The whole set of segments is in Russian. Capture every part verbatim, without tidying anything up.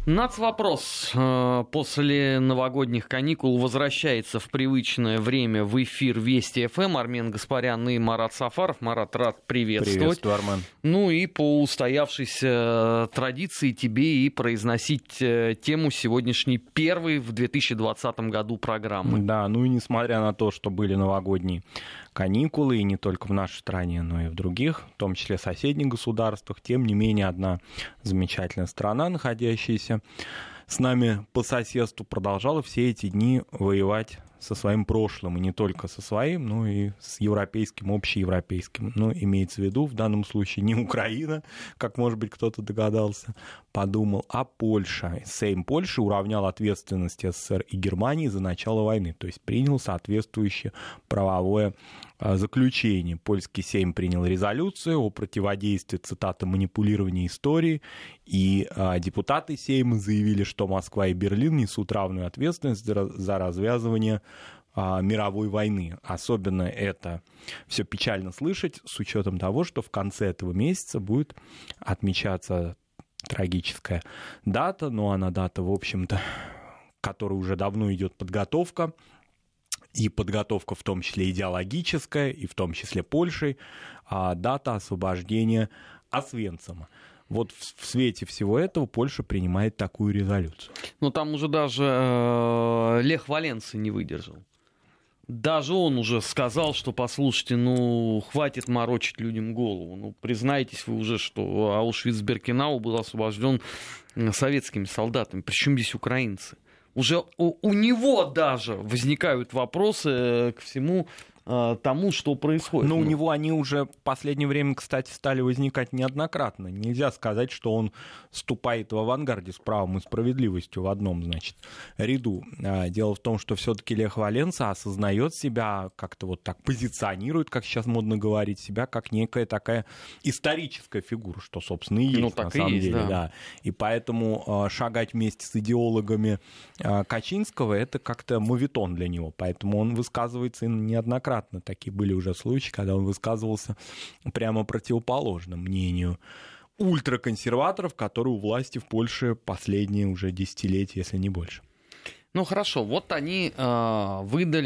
Нацвопрос после новогодних каникул возвращается в привычное время в эфир Вести ФМ. Армен Гаспарян и Марат Сафаров. Марат, рад приветствовать. Приветствую, Армен. Ну и по устоявшейся традиции тебе и произносить тему сегодняшней первой в две тысячи двадцатом году программы. Да, ну и несмотря на то, что были новогодние каникулы, и не только в нашей стране, но и в других, в том числе соседних государствах, тем не менее одна замечательная страна, находящаяся с нами по соседству, продолжала все эти дни воевать со своим прошлым, и не только со своим, но и с европейским, общеевропейским. Но имеется в виду в данном случае не Украина, как, может быть, кто-то догадался, подумал, а Польша. Сейм Польши уравнял ответственность СССР и Германии за начало войны, то есть принял соответствующее правовое заключение. Польский Сейм принял резолюцию о противодействии, цитата, манипулированию историей, и а, депутаты Сейма заявили, что Москва и Берлин несут равную ответственность за, за развязывание а, мировой войны. Особенно это все печально слышать с учетом того, что в конце этого месяца будет отмечаться трагическая дата, но она дата, в общем-то, к которой уже давно идет подготовка, и подготовка в том числе идеологическая, и в том числе Польшей, а дата освобождения Освенцима. Вот в свете всего этого Польша принимает такую резолюцию. Ну там уже даже э, Лех Валенса не выдержал. Даже он уже сказал, что, послушайте, ну, хватит морочить людям голову. Ну, признайтесь вы уже, что Аушвиц-Биркенау был освобожден советскими солдатами. Причем здесь украинцы? Уже у, у него даже возникают вопросы к всему э, тому, что происходит. Но у него они уже в последнее время, кстати, стали возникать неоднократно. Нельзя сказать, что он ступает в авангарде с правом и справедливостью в одном, значит, ряду. Дело в том, что все-таки Лех Валенса осознает себя, как-то вот так позиционирует, как сейчас модно говорить, себя как некая такая историческая фигура, что, собственно, и есть, ну, на самом есть, деле. Да. Да. И поэтому шагать вместе с идеологами Качинского — это как-то моветон для него, поэтому он высказывается неоднократно. Такие были уже случаи, когда он высказывался прямо противоположно мнению ультраконсерваторов, которые у власти в Польше последние уже десятилетия, если не больше. Ну хорошо, вот они э,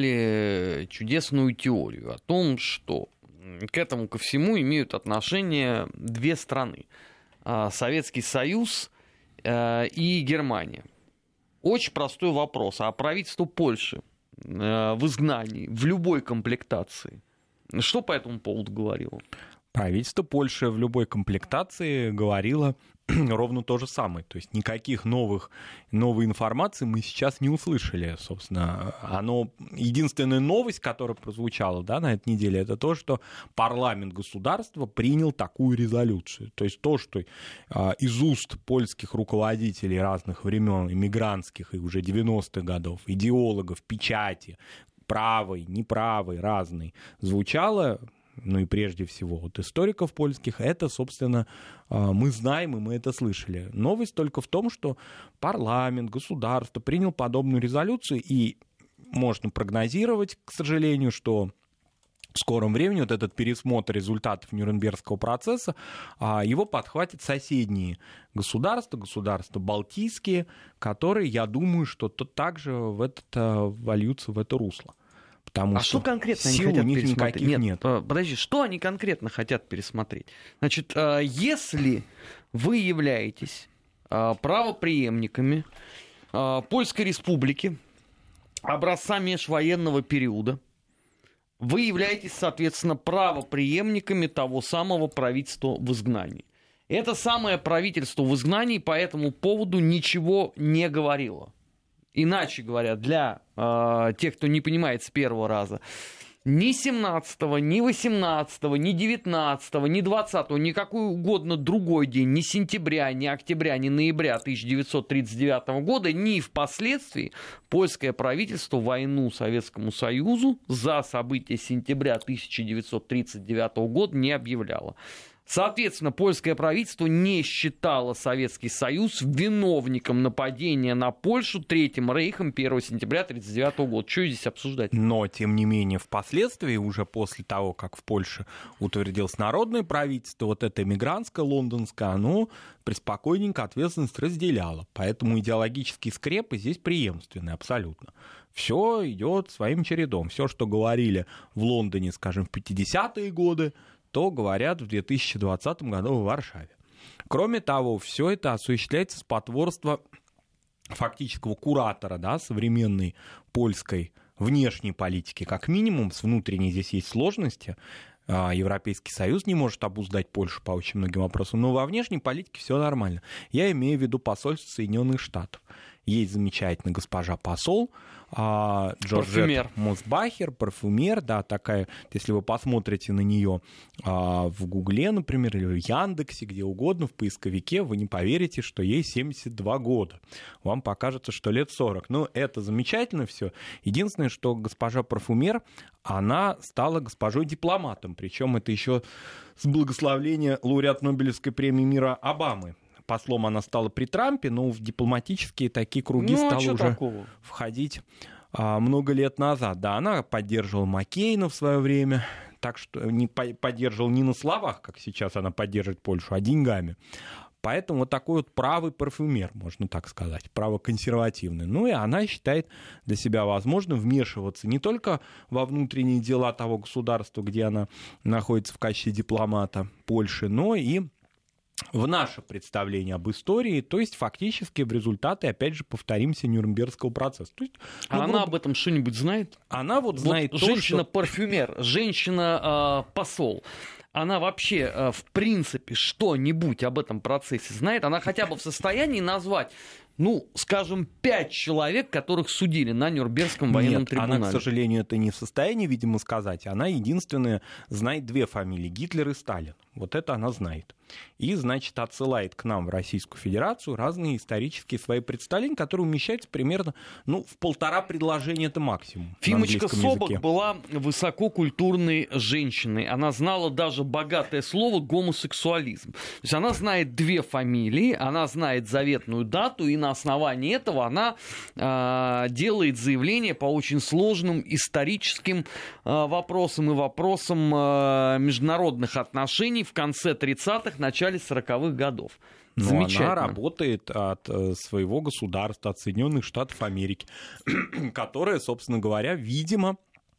выдали чудесную теорию о том, что к этому ко всему имеют отношение две страны: э, Советский Союз э, и Германия. Очень простой вопрос. А правительство Польши э, в изгнании, в любой комплектации, что по этому поводу говорило? Правительство Польши в любой комплектации говорило ровно то же самое. То есть никаких новых, новой информации мы сейчас не услышали. Собственно, оно, единственная новость, которая прозвучала, да, на этой неделе, это то, что парламент государства принял такую резолюцию. То есть то, что а, из уст польских руководителей разных времен, иммигрантских и уже девяностых годов, идеологов, печати, правой, неправой, разной, звучало, ну и прежде всего от историков польских, это, собственно, мы знаем, и мы это слышали. Новость только в том, что парламент, государство принял подобную резолюцию, и можно прогнозировать, к сожалению, что в скором времени вот этот пересмотр результатов Нюрнбергского процесса, его подхватят соседние государства, государства балтийские, которые, я думаю, что также в этот, вольются в это русло. Потому а что, что конкретно они хотят пересмотреть? Нет, нет, подожди, что они конкретно хотят пересмотреть? Значит, если вы являетесь правопреемниками Польской Республики образца межвоенного периода, вы являетесь, соответственно, правопреемниками того самого правительства в изгнании. Это самое правительство в изгнании по этому поводу ничего не говорило. Иначе говоря, для э, тех, кто не понимает с первого раза, ни семнадцатого, ни восемнадцатого, ни девятнадцатого, ни двадцатого, ни какой угодно другой день, ни сентября, ни октября, ни ноября тысяча девятьсот тридцать девятого года, ни впоследствии польское правительство войну Советскому Союзу за события сентября тысяча девятьсот тридцать девятого года не объявляло. Соответственно, польское правительство не считало Советский Союз виновником нападения на Польшу Третьим Рейхом первого сентября тысяча девятьсот тридцать девятого года. Что здесь обсуждать? Но, тем не менее, впоследствии, уже после того, как в Польше утвердилось народное правительство, вот это эмигрантское, лондонское, оно преспокойненько ответственность разделяло. Поэтому идеологические скрепы здесь преемственны абсолютно. Все идет своим чередом. Все, что говорили в Лондоне, скажем, в пятидесятые годы, то говорят в две тысячи двадцатом году в Варшаве. Кроме того, все это осуществляется с потворства фактического куратора, да, современной польской внешней политики, как минимум. С внутренней здесь есть сложности. Европейский Союз не может обуздать Польшу по очень многим вопросам, но во внешней политике все нормально. Я имею в виду посольство Соединенных Штатов. Есть замечательная госпожа посол, Джорджетта Мосбахер, парфюмер, да, такая, если вы посмотрите на нее в Гугле, например, или в Яндексе, где угодно, в поисковике, вы не поверите, что ей семьдесят два года. Вам покажется, что лет сорок. Но это замечательно все. Единственное, что госпожа парфюмер, она стала госпожой-дипломатом, причем это еще с благословения лауреата Нобелевской премии мира Обамы. Послом она стала при Трампе, но в дипломатические такие круги ну, стала уже такого? входить а, много лет назад. Да, она поддерживала Маккейна в свое время, так что не по- поддерживала не на словах, как сейчас она поддерживает Польшу, а деньгами. Поэтому вот такой вот правый парфюмер, можно так сказать, правоконсервативный. Ну и она считает для себя возможным вмешиваться не только во внутренние дела того государства, где она находится в качестве дипломата Польши, но и в наше представление об истории, то есть фактически в результаты, опять же, повторимся, Нюрнбергского процесса. То есть, ну, а она грубо... об этом что-нибудь знает? Она вот, вот знает то, женщина-парфюмер, что... женщина-посол. Она вообще, в принципе, что-нибудь об этом процессе знает? Она хотя бы в состоянии назвать, ну, скажем, пять человек, которых судили на Нюрнбергском военном Нет, трибунале? Она, к сожалению, это не в состоянии, видимо, сказать. Она единственная знает две фамилии — Гитлер и Сталин. Вот это она знает. И, значит, отсылает к нам в Российскую Федерацию разные исторические свои представления, которые умещаются примерно, ну, в полтора предложения, это максимум. Фимочка Собок языке. Была высококультурной женщиной. Она знала даже богатое слово гомосексуализм. То есть она знает две фамилии, она знает заветную дату, и на основании этого она э, делает заявление по очень сложным историческим э, вопросам и вопросам э, международных отношений в конце тридцатых, начале сороковых годов. Но она работает от своего государства, от Соединенных Штатов Америки, которое, собственно говоря, видимо,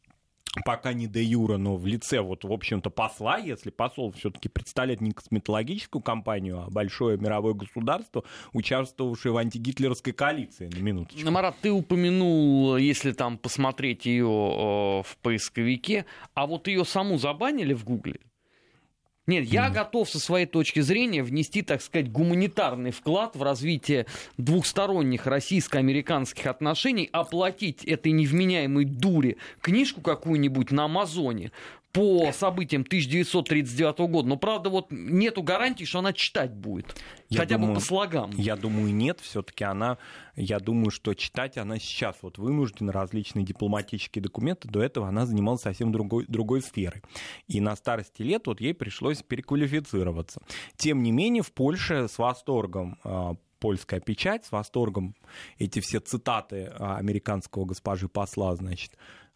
пока не де юре, но в лице, вот, в общем-то, посла, если посол все-таки представляет не косметологическую компанию, а большое мировое государство, участвовавшее в антигитлеровской коалиции, на минуточку. Марат, ты упомянул, если там посмотреть ее в поисковике, а вот ее саму забанили в Гугле? Нет, я mm-hmm. готов со своей точки зрения внести, так сказать, гуманитарный вклад в развитие двухсторонних российско-американских отношений, оплатить этой невменяемой дуре книжку какую-нибудь на Амазоне по событиям тысяча девятьсот тридцать девятого года. Но, правда, вот нету гарантии, что она читать будет. Я хотя думаю, бы по слогам. Я думаю, нет. Все-таки она, я думаю, что читать она сейчас вот вынуждена различные дипломатические документы. До этого она занималась совсем другой, другой сферой. И на старости лет вот ей пришлось переквалифицироваться. Тем не менее, в Польше с восторгом польская печать, с восторгом эти все цитаты американского госпожи посла, значит,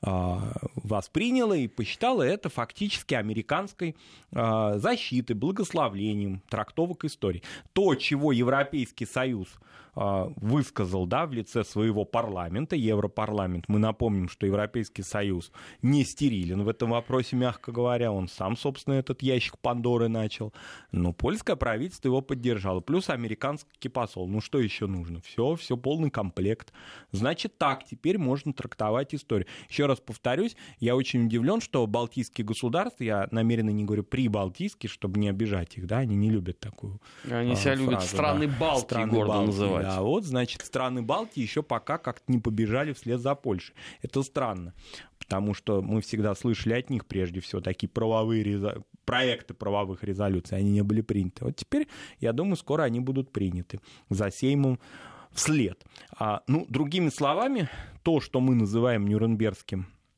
восприняла и посчитала это фактически американской защитой, благословлением трактовок истории. То, чего Европейский Союз высказал, да, в лице своего парламента, Европарламент. Мы напомним, что Европейский Союз не стерилен в этом вопросе, мягко говоря. Он сам, собственно, этот ящик Пандоры начал. Но польское правительство его поддержало. Плюс американский посол. Ну, что еще нужно? Все, все полный комплект. Значит, так теперь можно трактовать историю. Еще раз повторюсь, я очень удивлен, что балтийские государства, я намеренно не говорю прибалтийские, чтобы не обижать их, да, они не любят такую Они а, себя фразу, любят страны да. Балтии страны гордо Балтии, называть. Да, вот, значит, страны Балтии еще пока как-то не побежали вслед за Польшей. Это странно, потому что мы всегда слышали от них, прежде всего, такие правовые резо... проекты правовых резолюций, они не были приняты. Вот теперь, я думаю, скоро они будут приняты за Сеймом вслед. А, ну, другими словами, то, что мы называем Нюрнбергским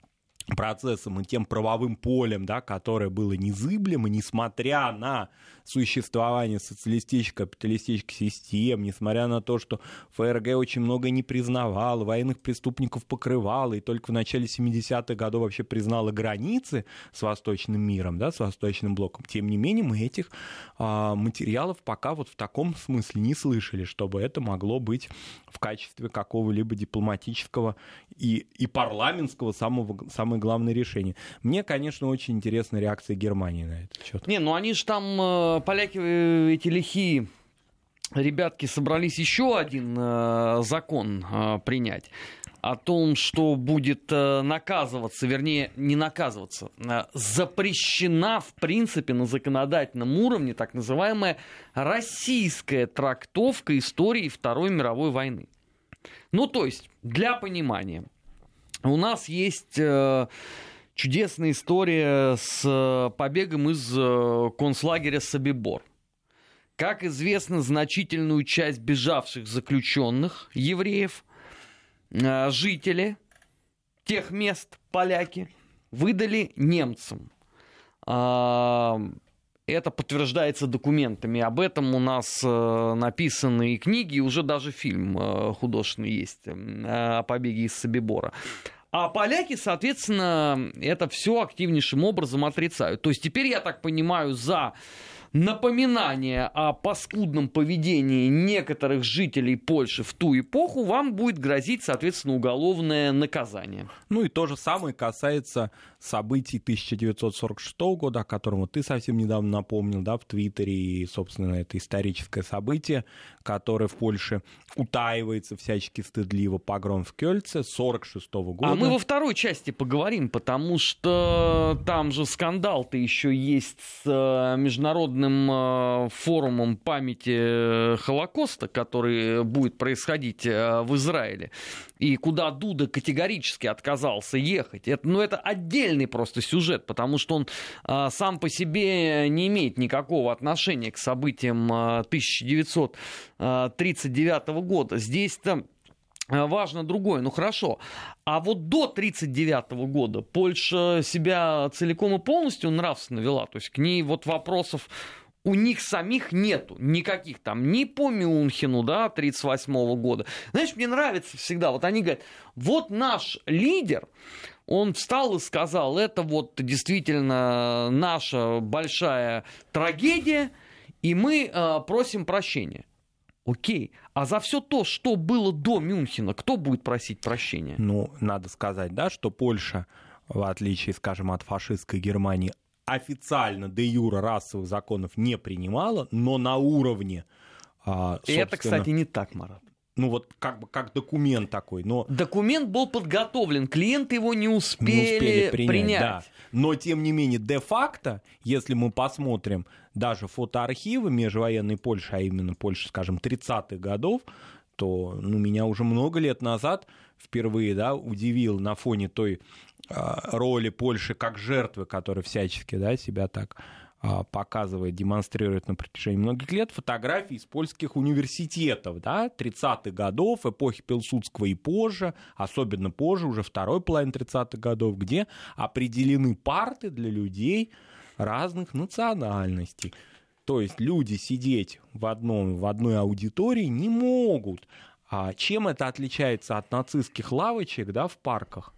процессом и тем правовым полем, да, которое было незыблемо, несмотря на существование социалистической, капиталистической систем, несмотря на то, что ФРГ очень много не признавала, военных преступников покрывала, и только в начале семидесятых годов вообще признала границы с Восточным миром, да, с Восточным блоком. Тем не менее, мы этих а, материалов пока вот в таком смысле не слышали, чтобы это могло быть в качестве какого-либо дипломатического и, и парламентского самого, самое главное решение. Мне, конечно, очень интересна реакция Германии на этот счет. Не, ну они же там, поляки эти лихие ребятки, собрались еще один э, закон э, принять о том, что будет э, наказываться, вернее, не наказываться, э, запрещена, в принципе, на законодательном уровне так называемая российская трактовка истории Второй мировой войны. Ну, то есть, для понимания, у нас есть э, чудесная история с э, побегом из э, концлагеря Собибор. Как известно, значительную часть бежавших заключенных евреев э, жители тех мест, поляки, выдали немцам. Э, это подтверждается документами. Об этом у нас э, написаны и книги, и уже даже фильм э, художественный есть э, о побеге из Собибора. А поляки, соответственно, это все активнейшим образом отрицают. То есть теперь, я так понимаю, за напоминание о паскудном поведении некоторых жителей Польши в ту эпоху вам будет грозить, соответственно, уголовное наказание. Ну и то же самое касается событий тысяча девятьсот сорок шестого года, о котором ты совсем недавно напомнил, да, в Твиттере, и, собственно, это историческое событие, которое в Польше утаивается всячески стыдливо, погром в Кёльце сорок шестого года. А мы во второй части поговорим, потому что там же скандал-то еще есть с международным форумом памяти Холокоста, который будет происходить в Израиле, и куда Дуда категорически отказался ехать. Это, ну, это отдельный просто сюжет, потому что он а, сам по себе не имеет никакого отношения к событиям а, тысяча девятьсот тридцать девятого года. Здесь-то важно другое. Ну хорошо, а вот до тридцать девятого года Польша себя целиком и полностью нравственно вела, то есть к ней вот вопросов у них самих нету никаких там, ни по Мюнхену, да, тридцать восьмого года. Знаешь, мне нравится всегда, вот они говорят, вот наш лидер, он встал и сказал, это вот действительно наша большая трагедия, и мы э, просим прощения. Окей, а за все то, что было до Мюнхена, кто будет просить прощения? Ну, надо сказать, да, что Польша, в отличие, скажем, от фашистской Германии, официально де-юре расовых законов не принимала, но на уровне, собственно... И это, кстати, не так, Марат. Ну вот как бы как документ такой, но... Документ был подготовлен, клиенты его не успели, не успели принять. принять. Да. Но, тем не менее, де-факто, если мы посмотрим даже фотоархивы межвоенной Польши, а именно Польши, скажем, тридцатых годов, то ну, меня уже много лет назад впервые, да, удивил на фоне той а, роли Польши как жертвы, которая всячески, да, себя так... показывает, демонстрирует на протяжении многих лет фотографии из польских университетов, да, тридцатых годов, эпохи Пилсудского и позже, особенно позже, уже второй половины тридцатых годов, где определены парты для людей разных национальностей. То есть люди сидеть в, одном, в одной аудитории не могут. А чем это отличается от нацистских лавочек, да, в парках?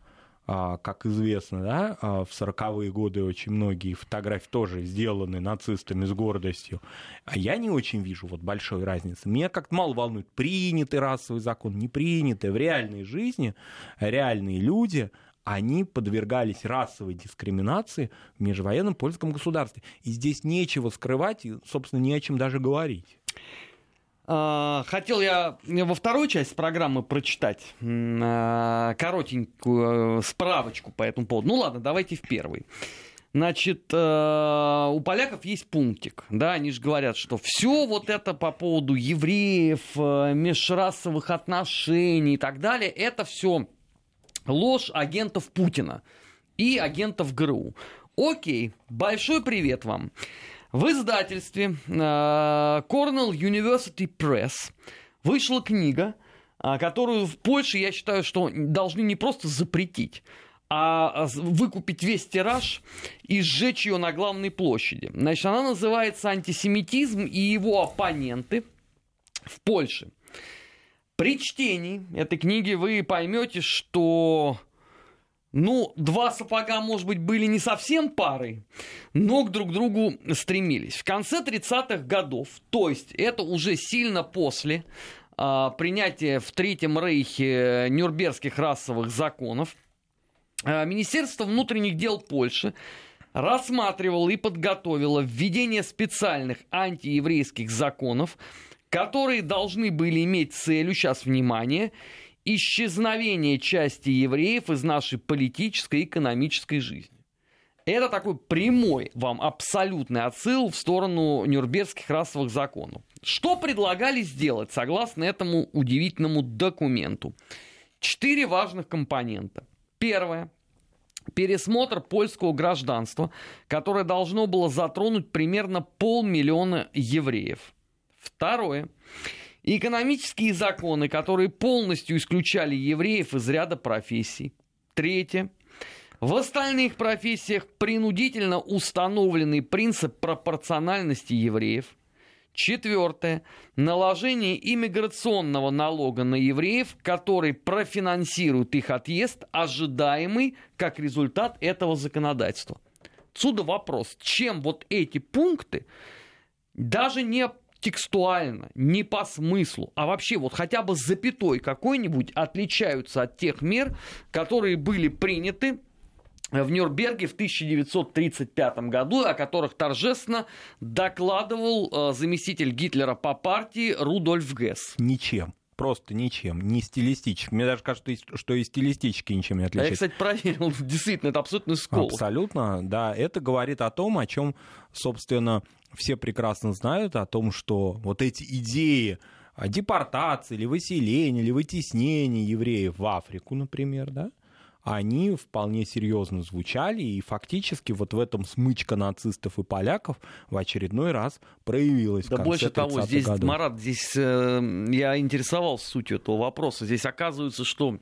Как известно, да, в сороковые годы очень многие фотографии тоже сделаны нацистами с гордостью. А я не очень вижу вот большой разницы. Меня как-то мало волнует, принятый расовый закон, не принятый. В реальной жизни реальные люди, они подвергались расовой дискриминации в межвоенном польском государстве. И здесь нечего скрывать, и, собственно, не о чем даже говорить. Хотел я во второй части программы прочитать коротенькую справочку по этому поводу. Ну ладно, давайте в первой. Значит, у поляков есть пунктик, да, они же говорят, что все вот это по поводу евреев, межрасовых отношений и так далее, это все ложь агентов Путина и агентов ГРУ. Окей, большой привет вам. В издательстве uh, Cornell University Press вышла книга, uh, которую в Польше, я считаю, что должны не просто запретить, а выкупить весь тираж и сжечь ее на главной площади. Значит, она называется «Антисемитизм и его оппоненты в Польше». При чтении этой книги вы поймете, что, ну, два сапога, может быть, были не совсем парой, но к друг другу стремились. В конце тридцатых годов, то есть это уже сильно после а, принятия в Третьем Рейхе Нюрнбергских расовых законов, а, Министерство внутренних дел Польши рассматривало и подготовило введение специальных антиеврейских законов, которые должны были иметь целью, сейчас внимание, исчезновение части евреев из нашей политической и экономической жизни. Это такой прямой вам абсолютный отсыл в сторону Нюрнбергских расовых законов. Что предлагали сделать согласно этому удивительному документу? Четыре важных компонента. Первое. Пересмотр польского гражданства, которое должно было затронуть примерно полмиллиона евреев. Второе. Экономические законы, которые полностью исключали евреев из ряда профессий. Третье. В остальных профессиях принудительно установленный принцип пропорциональности евреев. Четвертое. Наложение иммиграционного налога на евреев, который профинансирует их отъезд, ожидаемый как результат этого законодательства. Отсюда вопрос, чем вот эти пункты даже не текстуально, не по смыслу, а вообще вот хотя бы запятой какой-нибудь отличаются от тех мер, которые были приняты в Нюрнберге в тысяча девятьсот тридцать пятом году, о которых торжественно докладывал э, заместитель Гитлера по партии Рудольф Гесс. Ничем. Просто ничем, не стилистически. Мне даже кажется, что и стилистически ничем не отличается. А я, кстати, проверил, действительно, это абсолютно скол. Абсолютно, да. Это говорит о том, о чем, собственно, все прекрасно знают, о том, что вот эти идеи депортации или выселения, или вытеснения евреев в Африку, например, да, они вполне серьезно звучали, и фактически вот в этом смычка нацистов и поляков в очередной раз проявилась. Да, больше того, здесь, годов. Марат, здесь э, я интересовался сутью этого вопроса. Здесь оказывается, что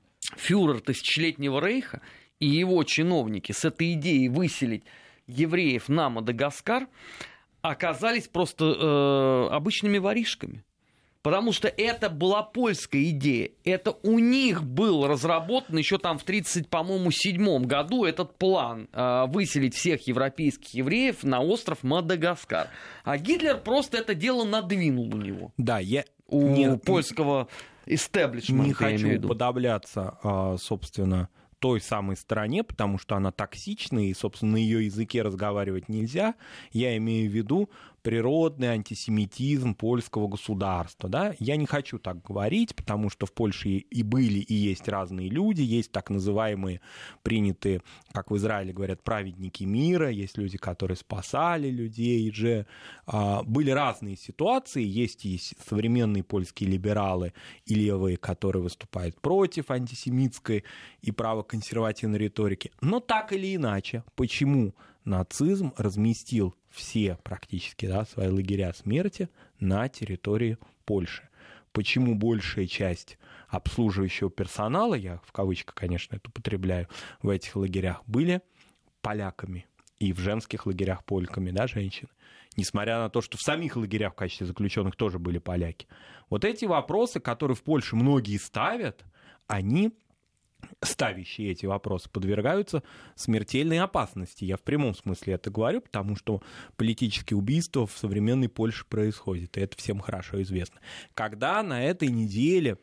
фюрер Тысячелетнего Рейха и его чиновники с этой идеей выселить евреев на Мадагаскар оказались просто э, обычными воришками. Потому что это была польская идея. Это у них был разработан еще там в тридцать, по-моему, седьмом году этот план э, выселить всех европейских евреев на остров Мадагаскар. А Гитлер просто это дело надвинул у него. Да, я... У не, польского истеблишмента. Не хочу уподобляться, собственно, той самой стране, потому что она токсична, и, собственно, на ее языке разговаривать нельзя. Я имею в виду природный антисемитизм польского государства. Да? Я не хочу так говорить, потому что в Польше и были, и есть разные люди, есть так называемые принятые, как в Израиле говорят, праведники мира, есть люди, которые спасали людей же. Были разные ситуации, есть и современные польские либералы и левые, которые выступают против антисемитской и правоконсервативной риторики. Но так или иначе, почему нацизм разместил все практически, да, свои лагеря смерти на территории Польши? Почему большая часть обслуживающего персонала, я в кавычках, конечно, это употребляю, в этих лагерях были поляками, и в женских лагерях польками, да, женщины, несмотря на то, что в самих лагерях в качестве заключенных тоже были поляки. Вот эти вопросы, которые в Польше многие ставят, они... ставящие эти вопросы подвергаются смертельной опасности. Я в прямом смысле это говорю, потому что политические убийства в современной Польше происходят, и это всем хорошо известно. Когда на этой неделе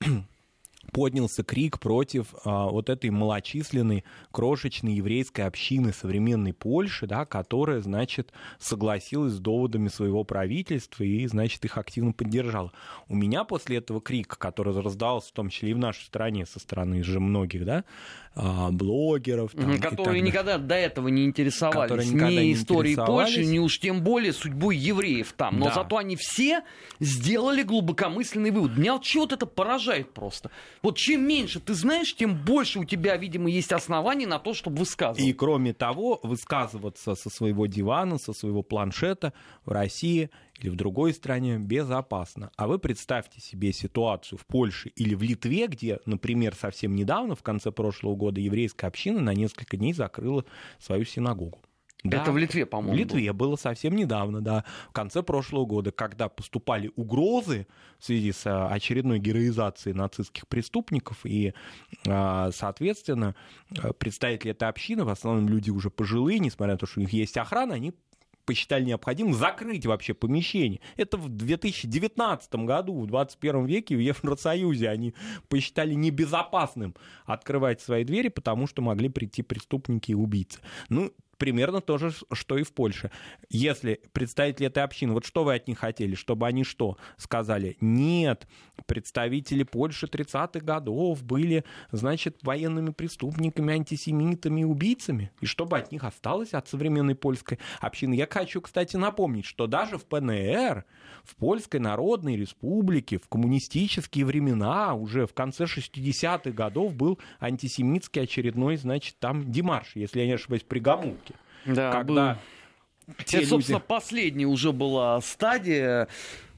поднялся крик против а, вот этой малочисленной, крошечной еврейской общины современной Польши, да, которая, значит, согласилась с доводами своего правительства и, значит, их активно поддержала. У меня после этого крика, который раздавался в том числе и в нашей стране со стороны же многих, да, блогеров, там, которые никогда до этого не интересовались ни историей Польши, ни уж тем более судьбой евреев там. Но да. Зато они все сделали глубокомысленный вывод. Меня вот чего-то это поражает просто. Вот чем меньше ты знаешь, тем больше у тебя, видимо, есть оснований на то, чтобы высказываться. И кроме того, высказываться со своего дивана, со своего планшета в России или в другой стране безопасно. А вы представьте себе ситуацию в Польше или в Литве, где, например, совсем недавно, в конце прошлого года, еврейская община на несколько дней закрыла свою синагогу. Да, это в Литве, по-моему. В Литве было. было совсем недавно, да, в конце прошлого года, когда поступали угрозы в связи с очередной героизацией нацистских преступников, и, соответственно, представители этой общины, в основном люди уже пожилые, несмотря на то, что у них есть охрана, они посчитали необходимым закрыть вообще помещение. Это в две тысячи девятнадцатом году, в двадцать первом веке в Евросоюзе они посчитали небезопасным открывать свои двери, потому что могли прийти преступники и убийцы. Ну, примерно то же, что и в Польше. Если представители этой общины, вот что вы от них хотели, чтобы они что сказали? Нет, представители Польши тридцатых годов были, значит, военными преступниками, антисемитами и убийцами. И что бы от них осталось, от современной польской общины? Я хочу, кстати, напомнить, что даже в ПНР, в Польской Народной Республике, в коммунистические времена, уже в конце шестидесятых годов был антисемитский очередной, значит, там демарш, если я не ошибаюсь, Пригомулки. Да, когда это, люди... собственно, последняя уже была стадия.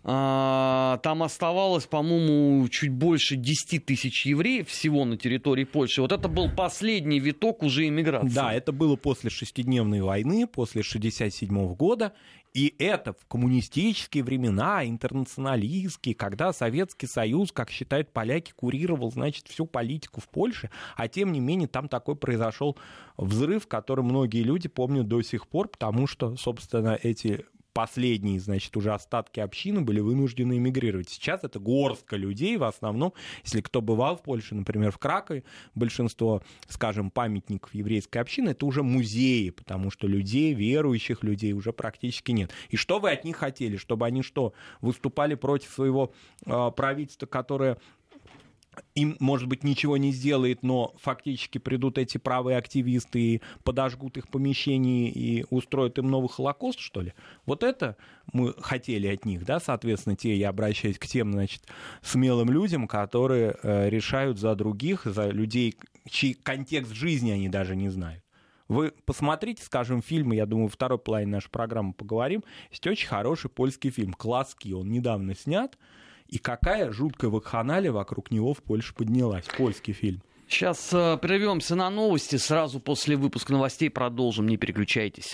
Там оставалось, по-моему, чуть больше десять тысяч евреев всего на территории Польши. Вот это был последний виток уже иммиграции. Да, это было после шестидневной войны, после шестьдесят седьмого года. И это в коммунистические времена, интернационалистские, когда Советский Союз, как считают поляки, курировал, значит, всю политику в Польше, а тем не менее там такой произошел взрыв, который многие люди помнят до сих пор, потому что, собственно, эти последние, значит, уже остатки общины были вынуждены эмигрировать. Сейчас это горстка людей, в основном, если кто бывал в Польше, например, в Кракове, большинство, скажем, памятников еврейской общины, это уже музеи, потому что людей, верующих людей уже практически нет. И что вы от них хотели? Чтобы они что, выступали против своего э, правительства, которое им, может быть, ничего не сделает, но фактически придут эти правые активисты и подожгут их помещения и устроят им новый Холокост, что ли? Вот это мы хотели от них, да, соответственно, те, я обращаюсь к тем, значит, смелым людям, которые э, решают за других, за людей, чей контекст жизни они даже не знают. Вы посмотрите, скажем, фильмы, я думаю, во второй половине нашей программы поговорим, есть очень хороший польский фильм «Класки», он недавно снят. И какая жуткая вакханалия вокруг него в Польше поднялась. Польский фильм. Сейчас э, прервемся на новости. Сразу после выпуска новостей продолжим. Не переключайтесь.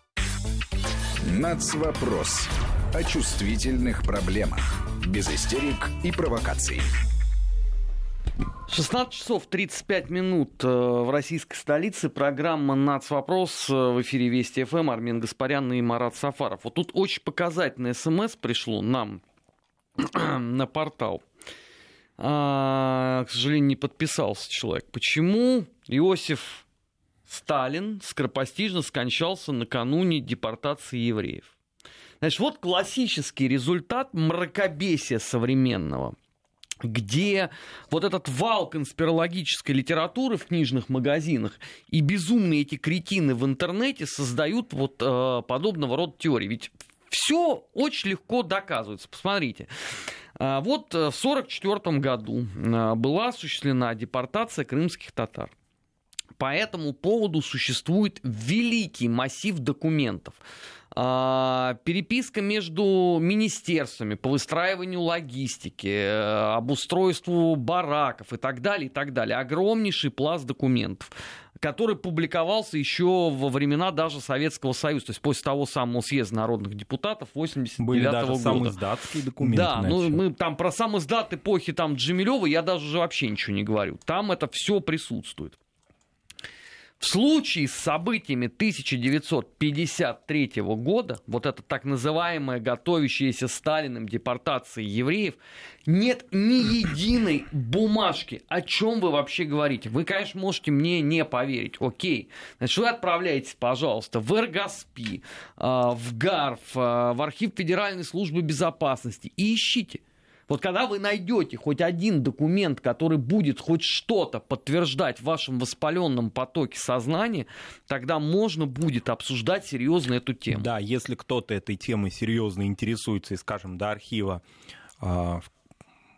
Нацвопрос. О чувствительных проблемах. Без истерик и провокаций. шестнадцать часов тридцать пять минут в российской столице. Программа «Нацвопрос». В эфире Вести ФМ. Армен Гаспарян и Марат Сафаров. Вот тут очень показательное СМС пришло нам на портал. А, к сожалению, не подписался человек. Почему Иосиф Сталин скоропостижно скончался накануне депортации евреев? Значит, вот классический результат мракобесия современного, где вот этот вал конспирологической литературы в книжных магазинах и безумные эти кретины в интернете создают вот э, подобного рода теории. Ведь все очень легко доказывается. Посмотрите. Вот в сорок четвёртом году была осуществлена депортация крымских татар. По этому поводу существует великий массив документов. Переписка между министерствами по выстраиванию логистики, обустройству бараков и так далее, и так далее. Огромнейший пласт документов, который публиковался еще во времена даже Советского Союза, то есть после того самого съезда народных депутатов восемьдесят девятого года. Были даже самоиздатские документы. Да, ну мы там про самоиздат эпохи там Джемилёва я даже уже вообще ничего не говорю. Там это все присутствует. В случае с событиями тысяча девятьсот пятьдесят третьего года, вот эта так называемая готовящаяся Сталиным депортация евреев, нет ни единой бумажки. О чем вы вообще говорите? Вы, конечно, можете мне не поверить. Окей. Значит, вы отправляетесь, пожалуйста, в эр-га-эс-пи, в ГАРФ, в архив Федеральной службы безопасности и ищите. Вот когда вы найдете хоть один документ, который будет хоть что-то подтверждать в вашем воспаленном потоке сознания, тогда можно будет обсуждать серьезно эту тему. Да, если кто-то этой темой серьезно интересуется и, скажем, до архива э,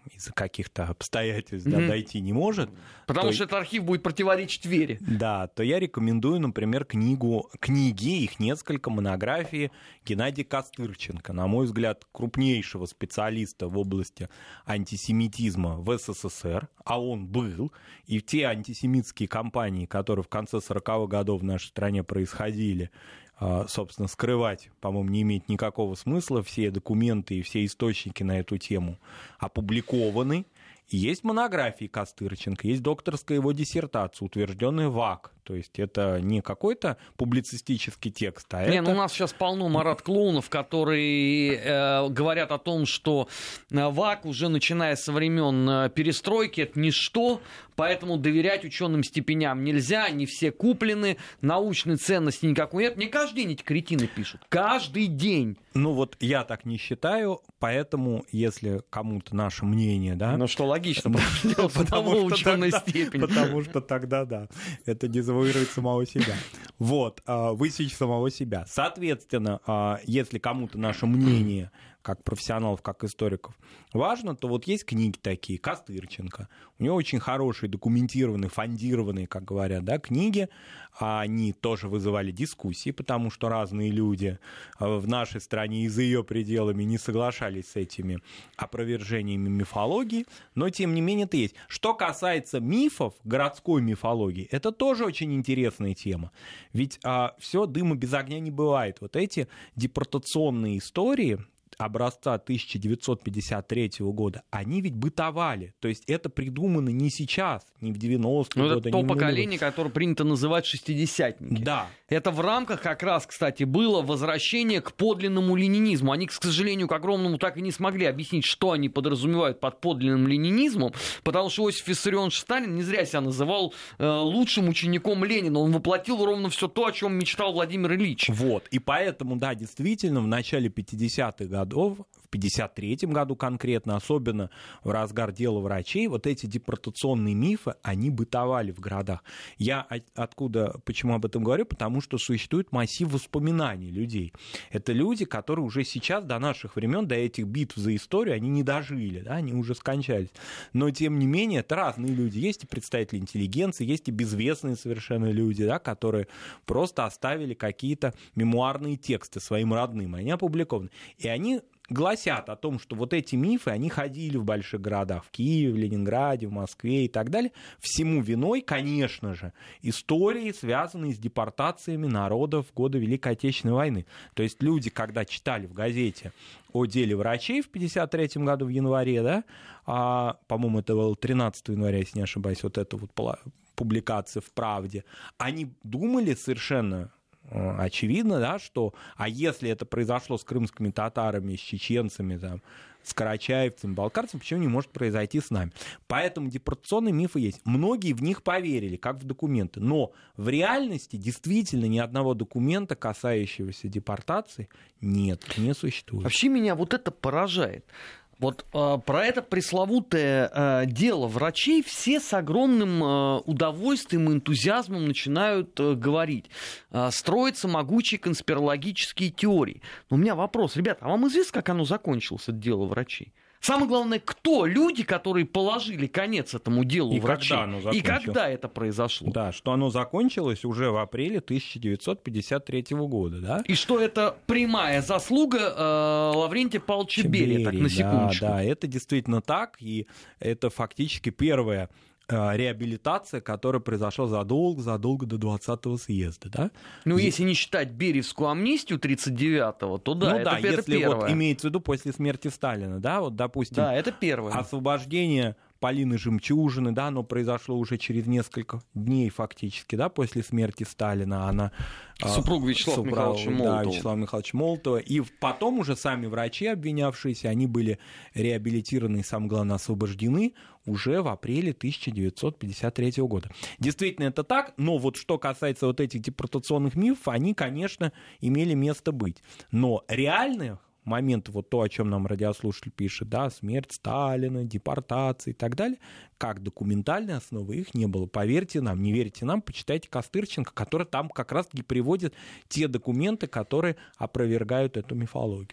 из-за каких-то обстоятельств mm-hmm. да, дойти не может. Потому то... что этот архив будет противоречить вере. Да, то я рекомендую, например, книгу, книги, их несколько, монографии Геннадия Костырченко, на мой взгляд, крупнейшего специалиста в области антисемитизма в СССР, а он был, и те антисемитские кампании, которые в конце сороковых годов в нашей стране происходили, собственно, скрывать, по-моему, не имеет никакого смысла. Все документы и все источники на эту тему опубликованы. И есть монографии Костырченко, есть докторская его диссертация, утвержденная ВАК. То есть это не какой-то публицистический текст, а не, это... ну у нас сейчас полно марат-клоунов, которые э, говорят о том, что ВАК уже начиная со времен перестройки это ничто, поэтому доверять ученым степеням нельзя, они все куплены, научной ценности никакой нет. Мне каждый день эти кретины пишут. Каждый день. Ну вот я так не считаю, поэтому если кому-то наше мнение, да... Ну что логично, потому что ученой степени. Потому что тогда, да, это дезавуирует самого себя. Вот, высечь самого себя. Соответственно, если кому-то наше мнение, как профессионалов, как историков, важно, то вот есть книги такие, Костырченко. У него очень хорошие, документированные, фондированные, как говорят, да, книги. Они тоже вызывали дискуссии, потому что разные люди в нашей стране и за ее пределами не соглашались с этими опровержениями мифологии. Но, тем не менее, это есть. Что касается мифов, городской мифологии, это тоже очень интересная тема. Ведь а, все дыма без огня не бывает. Вот эти депортационные истории образца тысяча девятьсот пятьдесят третьего года, они ведь бытовали. То есть это придумано не сейчас, не в девяностые ну, годы. Это то поколение, которое принято называть шестидесятники. Да. Это в рамках как раз, кстати, было возвращение к подлинному ленинизму. Они, к сожалению, к огромному так и не смогли объяснить, что они подразумевают под подлинным ленинизмом, потому что Иосиф Виссарионович Сталин не зря себя называл э, лучшим учеником Ленина. Он воплотил ровно все то, о чем мечтал Владимир Ильич. Вот. И поэтому, да, действительно, в начале пятидесятых годов, в пятьдесят третьем году конкретно, особенно в разгар дела врачей, вот эти депортационные мифы, они бытовали в городах. Я откуда, почему об этом говорю? Потому что существует массив воспоминаний людей. Это люди, которые уже сейчас, до наших времен, до этих битв за историю, они не дожили, да, они уже скончались. Но, тем не менее, это разные люди. Есть и представители интеллигенции, есть и безвестные совершенно люди, да, которые просто оставили какие-то мемуарные тексты своим родным, они опубликованы. И они гласят о том, что вот эти мифы, они ходили в больших городах, в Киеве, в Ленинграде, в Москве и так далее. Всему виной, конечно же, истории, связанные с депортациями народов в годы Великой Отечественной войны. То есть люди, когда читали в газете о деле врачей в пятьдесят третьем году в январе, да, а, по-моему, это было тринадцатого января, если не ошибаюсь, вот эта вот публикация в «Правде», они думали совершенно... очевидно, да, что, а если это произошло с крымскими татарами, с чеченцами, там, с карачаевцами, балкарцами, почему не может произойти с нами? Поэтому депортационные мифы есть. Многие в них поверили, как в документы. Но в реальности действительно ни одного документа, касающегося депортации, нет, не существует. Вообще меня вот это поражает. Вот э, про это пресловутое э, дело врачей все с огромным э, удовольствием и энтузиазмом начинают э, говорить. Э, строятся могучие конспирологические теории. Но у меня вопрос, ребята, а вам известно, как оно закончилось, это дело врачей? Самое главное, кто люди, которые положили конец этому делу и врачей? Когда оно и когда это произошло? Да, что оно закончилось уже в апреле тысяча девятьсот пятьдесят третьего года. Да? И что это прямая заслуга э, Лаврентия Павловича Берия, так на секундочку. Да, да, это действительно так, и это фактически первая реабилитация, которая произошла задолго, задолго до двадцатого съезда. Да? Ну, и... если не считать Бериевскую амнистию тридцать девятого, то да, ну, это, да, это если первое. Вот имеется в виду после смерти Сталина, да, вот, допустим, да, это первое. Освобождение Полины Жемчужины, да, оно произошло уже через несколько дней фактически, да, после смерти Сталина. Она супруга Вячеслава супруг, Михайловича Молотова. Да, Вячеслава Михайловича Молотова. И потом уже сами врачи, обвинявшиеся, они были реабилитированы и, самое главное, освобождены уже в апреле тысяча девятьсот пятьдесят третьего года. Действительно, это так, но вот что касается вот этих депортационных мифов, они, конечно, имели место быть. Но реальных момент, вот то, о чем нам радиослушатель пишет, да, смерть Сталина, депортация и так далее, как документальной основы их не было. Поверьте нам, не верьте нам, почитайте Костырченко, который там как раз-таки приводит те документы, которые опровергают эту мифологию.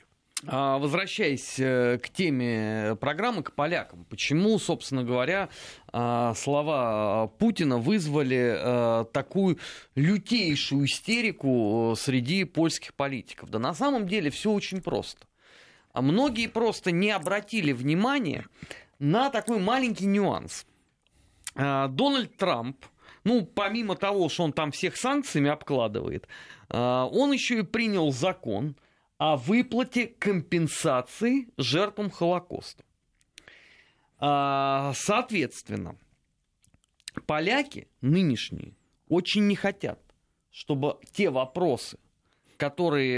Возвращаясь к теме программы, к полякам, почему, собственно говоря, слова Путина вызвали такую лютейшую истерику среди польских политиков? Да на самом деле все очень просто. Многие просто не обратили внимания на такой маленький нюанс. Дональд Трамп, ну, помимо того, что он там всех санкциями обкладывает, он еще и принял закон о выплате компенсации жертвам Холокоста. Соответственно, поляки нынешние очень не хотят, чтобы те вопросы, которые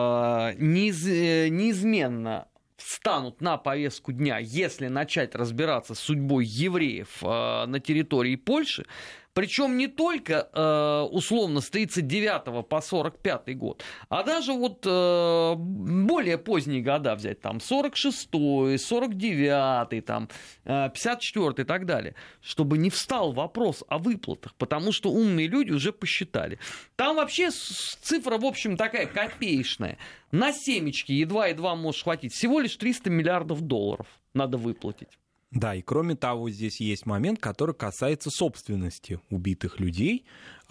неиз, неизменно встанут на повестку дня, если начать разбираться с судьбой евреев на территории Польши, причем не только э, условно с тридцать девятого по сорок пятый год, а даже вот э, более поздние года взять, там сорок шестой, сорок девятый, там, э, пятьдесят четвёртый и так далее, чтобы не встал вопрос о выплатах, потому что умные люди уже посчитали. Там вообще цифра, в общем, такая копеечная. На семечки едва-едва может хватить. Всего лишь триста миллиардов долларов надо выплатить. Да, и кроме того, здесь есть момент, который касается собственности убитых людей.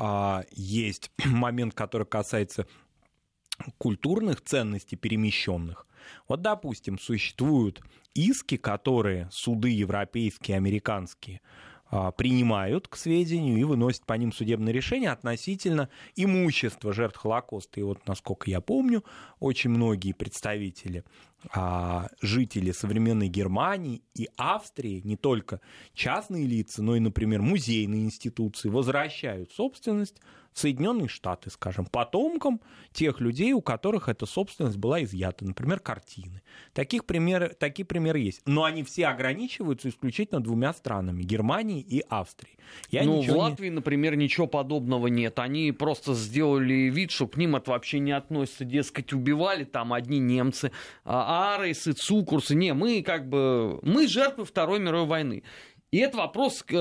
Есть момент, который касается культурных ценностей перемещенных. Вот, допустим, существуют иски, которые суды европейские, американские принимают к сведению и выносят по ним судебное решение относительно имущества жертв Холокоста. И вот, насколько я помню, очень многие представители, жители современной Германии и Австрии, не только частные лица, но и, например, музейные институции, возвращают собственность в Соединенные Штаты, скажем, потомкам тех людей, у которых эта собственность была изъята, например, картины. Таких примеры, такие примеры есть. Но они все ограничиваются исключительно двумя странами, Германией и Австрией. Я ну, в Латвии, не... например, ничего подобного нет. Они просто сделали вид, что к ним это вообще не относится. Дескать, убивали там одни немцы, арейсы, цукурсы. Не, мы как бы, мы жертвы Второй мировой войны. И этот вопрос э,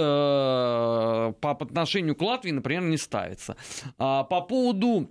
по, по отношению к Латвии, например, не ставится. А по поводу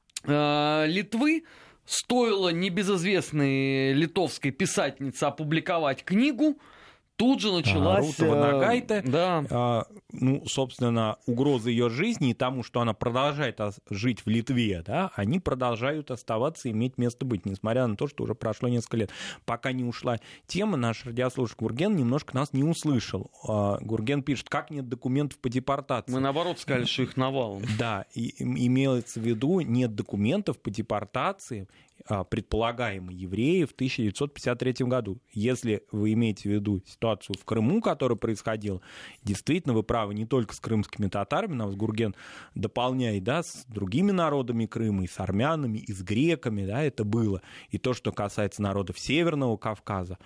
э, Литвы, стоило небезызвестной литовской писательнице опубликовать книгу, тут же началась... Рута Ванагайте, да. а, ну, собственно, угроза ее жизни и тому, что она продолжает жить в Литве, да, они продолжают оставаться и иметь место быть, несмотря на то, что уже прошло несколько лет. Пока не ушла тема, наш радиослушатель Гурген немножко нас не услышал. А, Гурген пишет, как нет документов по депортации. Мы, наоборот, сказали, что их навалом. Да, и, имеется в виду, нет документов по депортации предполагаемых евреев в тысяча девятьсот пятьдесят третьем году. Если вы имеете в виду ситуацию в Крыму, которая происходила, действительно, вы правы, не только с крымскими татарами, нас Гурген дополняет, да, с другими народами Крыма, и с армянами, и с греками, да, это было. И то, что касается народов Северного Кавказа,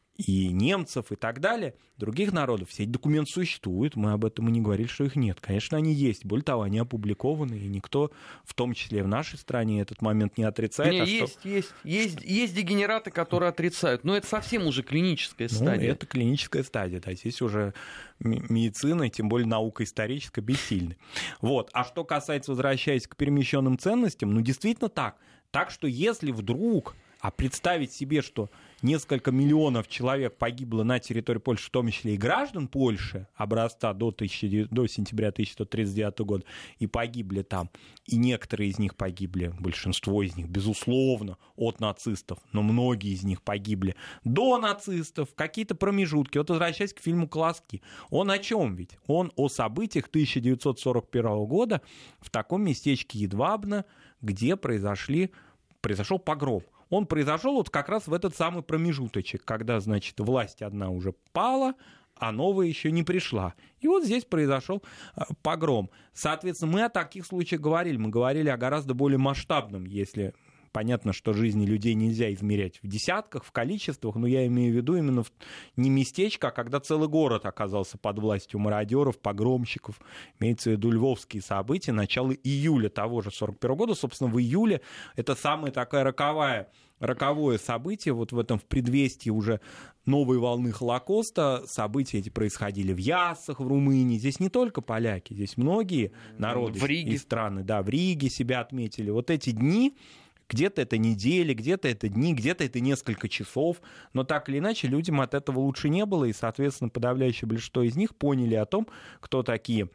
и немцев, и так далее, других народов, все эти документы существуют, мы об этом и не говорили, что их нет. Конечно, они есть, более того, они опубликованы, и никто, в том числе в нашей стране, этот момент не отрицает. Не, а есть, что... есть, есть, есть дегенераты, которые отрицают, но это совсем уже клиническая стадия. Ну, это клиническая стадия, да, здесь уже медицина, тем более наука историческая, бессильны. Вот, а что касается, возвращаясь к перемещенным ценностям, ну, действительно так. Так что если вдруг, а представить себе, что несколько миллионов человек погибло на территории Польши, в том числе и граждан Польши, образца до, тысячи, до сентября тысяча девятьсот тридцать девятого года, и погибли там, и некоторые из них погибли, большинство из них, безусловно, от нацистов, но многие из них погибли до нацистов, какие-то промежутки. Вот возвращаясь к фильму «Колоски», он о чем ведь? Он о событиях тысяча девятьсот сорок первого года в таком местечке Едвабно, где произошли, произошел погром. Он произошел вот как раз в этот самый промежуточек, когда, значит, власть одна уже пала, а новая еще не пришла. И вот здесь произошел погром. Соответственно, мы о таких случаях говорили. Мы говорили о гораздо более масштабном, если... Понятно, что жизни людей нельзя измерять в десятках, в количествах, но я имею в виду именно в... не местечко, а когда целый город оказался под властью мародеров, погромщиков. Имеется в виду львовские события начала июля того же сорок первого года. Собственно, в июле это самая такая роковая, роковое событие, вот в этом в предвестии уже новой волны Холокоста. События эти происходили в Яссах, в Румынии. Здесь не только поляки, здесь многие народы в Риге. и страны, да, в Риге себя отметили. Вот эти дни, Где-то это недели, где-то это дни, где-то это несколько часов, но так или иначе людям от этого лучше не было, и, соответственно, подавляющее большинство из них поняли о том, кто такие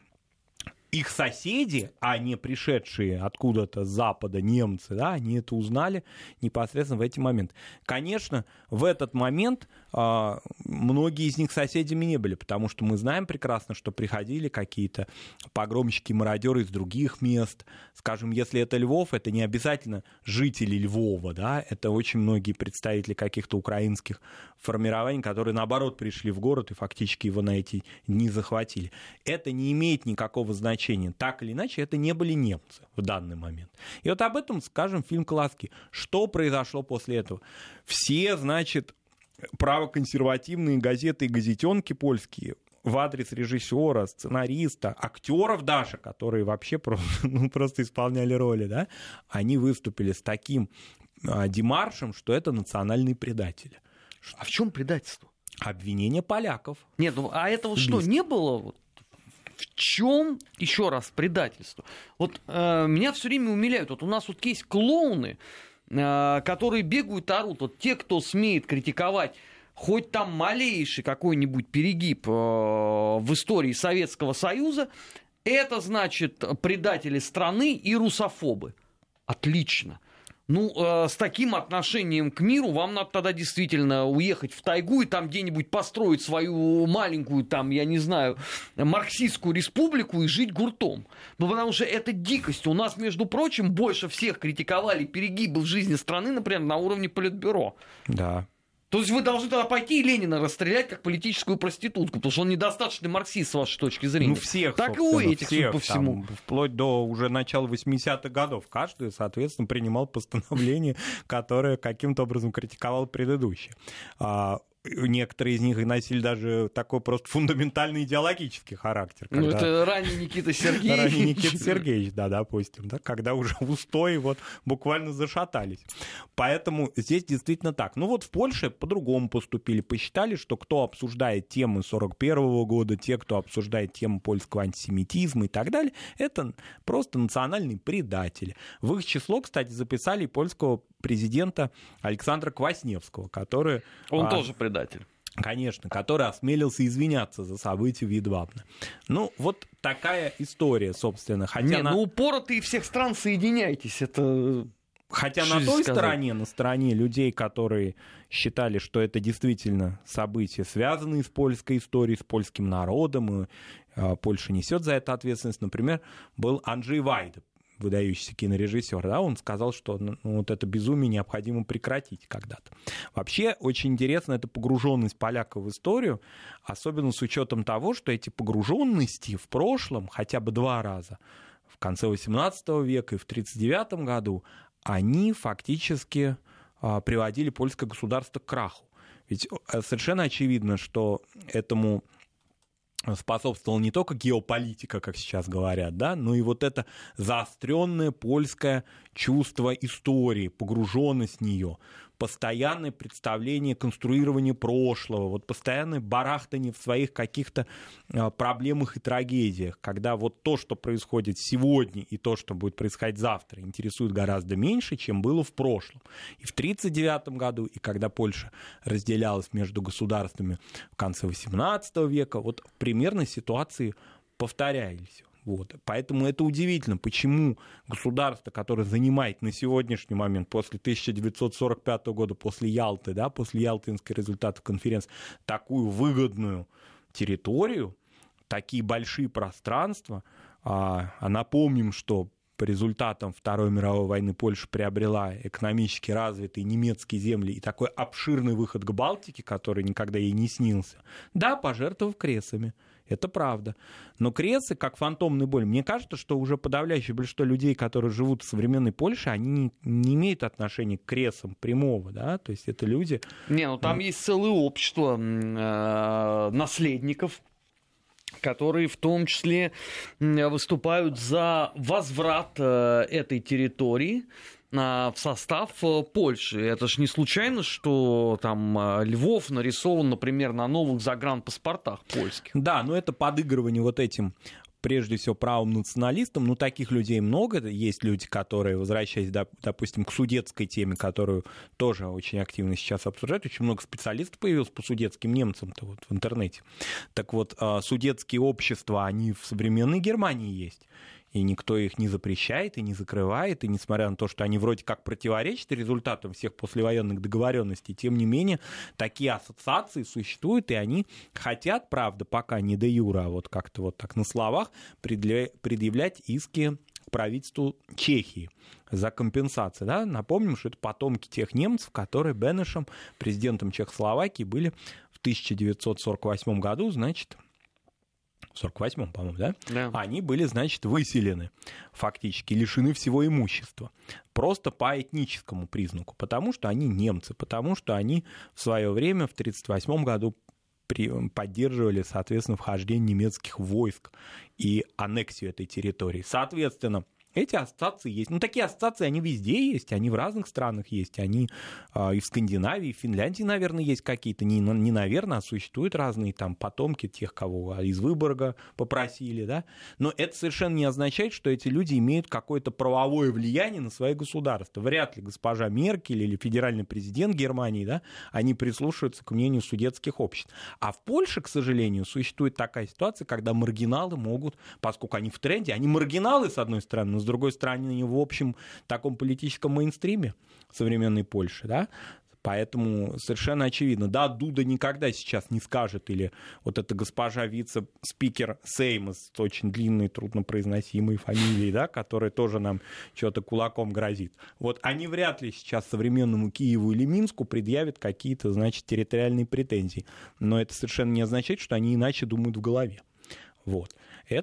их соседи, а не пришедшие откуда-то с Запада немцы, да, они это узнали непосредственно в эти моменты. Конечно, в этот момент э, многие из них соседями не были, потому что мы знаем прекрасно, что приходили какие-то погромщики, мародеры из других мест. Скажем, если это Львов, это не обязательно жители Львова, да, это очень многие представители каких-то украинских формирований, которые, наоборот, пришли в город и фактически его на эти дни захватили. Это не имеет никакого значения. Так или иначе, это не были немцы в данный момент. И вот об этом, скажем, фильм «Колоски». Что произошло после этого? Все, значит, правоконсервативные газеты и газетенки польские в адрес режиссера, сценариста, актеров даже, которые вообще просто, ну, просто исполняли роли, да, они выступили с таким а, демаршем, что это национальные предатели. А в чем предательство? Обвинение поляков. Нет, ну а этого что, не было? В чем, еще раз, предательство? Вот э, меня все время умиляют. Вот у нас вот есть клоуны, э, которые бегают, орут. Вот те, кто смеет критиковать хоть там малейший какой-нибудь перегиб э, в истории Советского Союза, это значит предатели страны и русофобы. Отлично. Ну, э, с таким отношением к миру вам надо тогда действительно уехать в тайгу и там где-нибудь построить свою маленькую, там, я не знаю, марксистскую республику и жить гуртом. Ну, потому что это дикость. У нас, между прочим, больше всех критиковали перегибы в жизни страны, например, на уровне Политбюро. Да. То есть вы должны тогда пойти и Ленина расстрелять как политическую проститутку, потому что он недостаточный марксист с вашей точки зрения. Ну, всех, так и у этих, всех, по всему. Там, вплоть до уже начала восьмидесятых годов. Каждый, соответственно, принимал постановление, которое каким-то образом критиковал предыдущее. Некоторые из них носили даже такой просто фундаментальный идеологический характер. Когда... Ну, это ранний Никита Сергеевич. Ранний Никита Сергеевич, да, допустим, да, когда уже устои вот буквально зашатались. Поэтому здесь действительно так. Ну вот в Польше по-другому поступили. Посчитали, что кто обсуждает темы сорок первого года, те, кто обсуждает тему польского антисемитизма и так далее, это просто национальные предатели. В их число, кстати, записали польского президента Александра Квасневского, который... Он а, тоже предатель. Конечно, который осмелился извиняться за события в Видвабне. Ну, вот такая история, собственно. Хотя Не, на... ну упоротые всех стран соединяйтесь, это... Хотя на той сказать. стороне, на стороне людей, которые считали, что это действительно события, связанные с польской историей, с польским народом, и а, Польша несет за это ответственность, например, был Анджей Вайда, выдающийся кинорежиссер, да, он сказал, что ну, вот это безумие необходимо прекратить когда-то. Вообще, очень интересно эта погруженность поляков в историю, особенно с учетом того, что эти погруженности в прошлом хотя бы два раза, в конце восемнадцатого века и в тридцать девятом году, они фактически а, приводили польское государство к краху. Ведь совершенно очевидно, что этому способствовала не только геополитика, как сейчас говорят, да, но и вот это заостренное польское чувство истории, погруженность в нее, постоянное представление, конструирование прошлого, вот постоянное барахтание в своих каких-то проблемах и трагедиях, когда вот то, что происходит сегодня и то, что будет происходить завтра, интересует гораздо меньше, чем было в прошлом. И в тридцать девятом году, и когда Польша разделялась между государствами в конце восемнадцатого века, вот примерно ситуации повторялись. Вот. Поэтому это удивительно, почему государство, которое занимает на сегодняшний момент, после тысяча девятьсот сорок пятого года, после Ялты, да, после Ялтинской результатов конференции, такую выгодную территорию, такие большие пространства, а, а напомним, что по результатам Второй мировой войны Польша приобрела экономически развитые немецкие земли и такой обширный выход к Балтике, который никогда ей не снился, да, пожертвовав кресами. Это правда. Но кресы, как фантомный боль, мне кажется, что уже подавляющее большинство людей, которые живут в современной Польше, они не, не имеют отношения к кресам прямого, да, то есть это люди... Не, ну там есть целое общество э, наследников, которые в том числе выступают за возврат э, этой территории в состав Польши. Это ж не случайно, что там Львов нарисован, например, на новых загранпаспортах польских. Да, но это подыгрывание вот этим прежде всего правым националистам. Ну, таких людей много. Есть люди, которые, возвращаясь, допустим, к судетской теме, которую тоже очень активно сейчас обсуждают, очень много специалистов появилось по судетским немцам-то вот в интернете. Так вот, судетские общества, они в современной Германии есть. И никто их не запрещает и не закрывает, и несмотря на то, что они вроде как противоречат результатам всех послевоенных договоренностей, тем не менее, такие ассоциации существуют, и они хотят, правда, пока не де юре, а вот как-то вот так на словах, предъявлять иски к правительству Чехии за компенсацию. Да? Напомним, что это потомки тех немцев, которые Бенешем, президентом Чехословакии, были в тысяча девятьсот сорок восьмом году, значит, в сорок восьмом, по-моему, да? Да. Они были, значит, выселены, фактически лишены всего имущества. Просто по этническому признаку, потому что они немцы, потому что они в свое время, в тридцать восьмом году, поддерживали, соответственно, вхождение немецких войск и аннексию этой территории. Соответственно, эти ассоциации есть. Ну, такие ассоциации, они везде есть, они в разных странах есть. Они э, и в Скандинавии, и в Финляндии, наверное, есть какие-то. Не, не наверное, а существуют разные там потомки тех, кого из Выборга попросили, да. Но это совершенно не означает, что эти люди имеют какое-то правовое влияние на свои государства. Вряд ли госпожа Меркель или федеральный президент Германии, да, они прислушиваются к мнению судетских обществ. А в Польше, к сожалению, существует такая ситуация, когда маргиналы могут, поскольку они в тренде, они маргиналы, с одной стороны, но с другой стороны, они в общем таком политическом мейнстриме современной Польши, да, поэтому совершенно очевидно, да, Дуда никогда сейчас не скажет, или вот эта госпожа вице-спикер Сейма с очень длинной, труднопроизносимой фамилией, да, которая тоже нам что-то кулаком грозит, вот они вряд ли сейчас современному Киеву или Минску предъявят какие-то, значит, территориальные претензии, но это совершенно не означает, что они иначе думают в голове. Вот.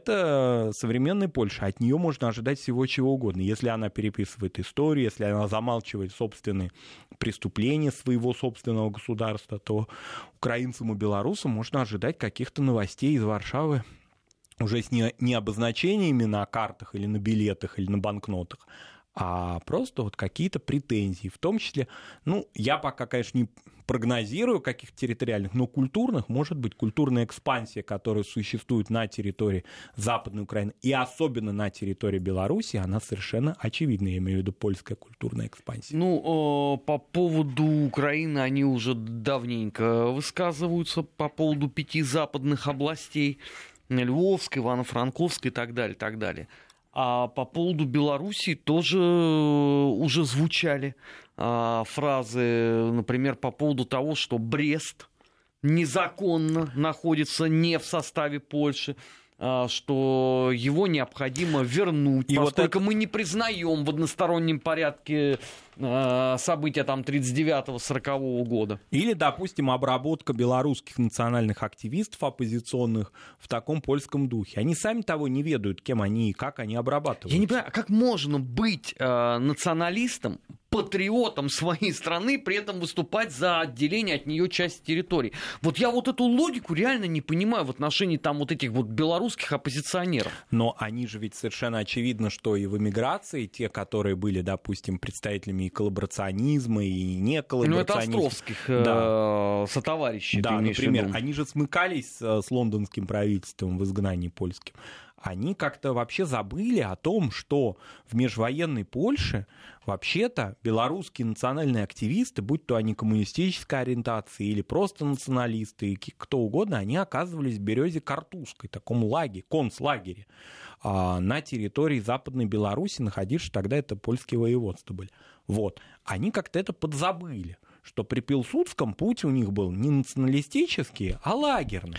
Это современная Польша, от нее можно ожидать всего чего угодно. Если она переписывает историю, если она замалчивает собственные преступления своего собственного государства, то украинцам и белорусам можно ожидать каких-то новостей из Варшавы уже с не, не обозначениями на картах или на билетах или на банкнотах, а просто вот какие-то претензии, в том числе, ну, я пока, конечно, не прогнозирую каких-то территориальных, но культурных, может быть, культурная экспансия, которая существует на территории Западной Украины и особенно на территории Беларуси, она совершенно очевидна, я имею в виду польская культурная экспансия. Ну, по поводу Украины они уже давненько высказываются, по поводу пяти западных областей, Львовской, Ивано-Франковской и так далее, так далее. А по поводу Белоруссии тоже уже звучали а, фразы, например, по поводу того, что Брест незаконно находится не в составе Польши, а, что его необходимо вернуть, и поскольку вот это... мы не признаем в одностороннем порядке а, события там тридцать девятого сорокового года. Или, допустим, обработка белорусских национальных активистов оппозиционных в таком польском духе. Они сами того не ведают, кем они и как они обрабатывают. Я не понимаю, а как можно быть э, националистом, патриотом своей страны, при этом выступать за отделение от нее части территории? Вот я вот эту логику реально не понимаю в отношении там вот этих вот белорусских оппозиционеров. Но они же ведь совершенно очевидно, что и в эмиграции те, которые были, допустим, представителями и коллаборационизма, и не коллаборационизма. Ну, это Островских да. э, сотоварищей. Да, например, они же смыкались с, с лондонским правительством в изгнании польским. Они как-то вообще забыли о том, что в межвоенной Польше вообще-то белорусские национальные активисты, будь то они коммунистической ориентации или просто националисты, кто угодно, они оказывались в Берёзе-Картузской, таком лагере, концлагере, на территории Западной Беларуси, находившись тогда, это польские воеводства были. Вот. Они как-то это подзабыли, что при Пилсудском путь у них был не националистический, а лагерный.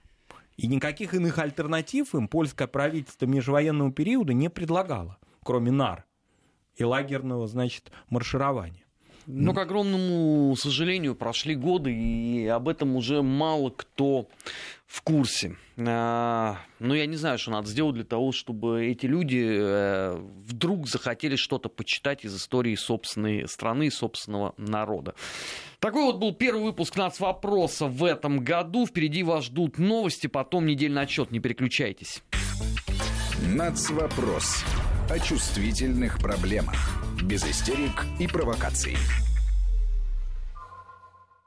И никаких иных альтернатив им польское правительство межвоенного периода не предлагало, кроме нар и лагерного, значит, марширования. Но, к огромному сожалению, прошли годы, и об этом уже мало кто в курсе. Но я не знаю, что надо сделать для того, чтобы эти люди вдруг захотели что-то почитать из истории собственной страны и собственного народа. Такой вот был первый выпуск «Нацвопроса» в этом году. Впереди вас ждут новости, потом недельный отчет. Не переключайтесь. «Нацвопрос» о чувствительных проблемах. Без истерик и провокаций.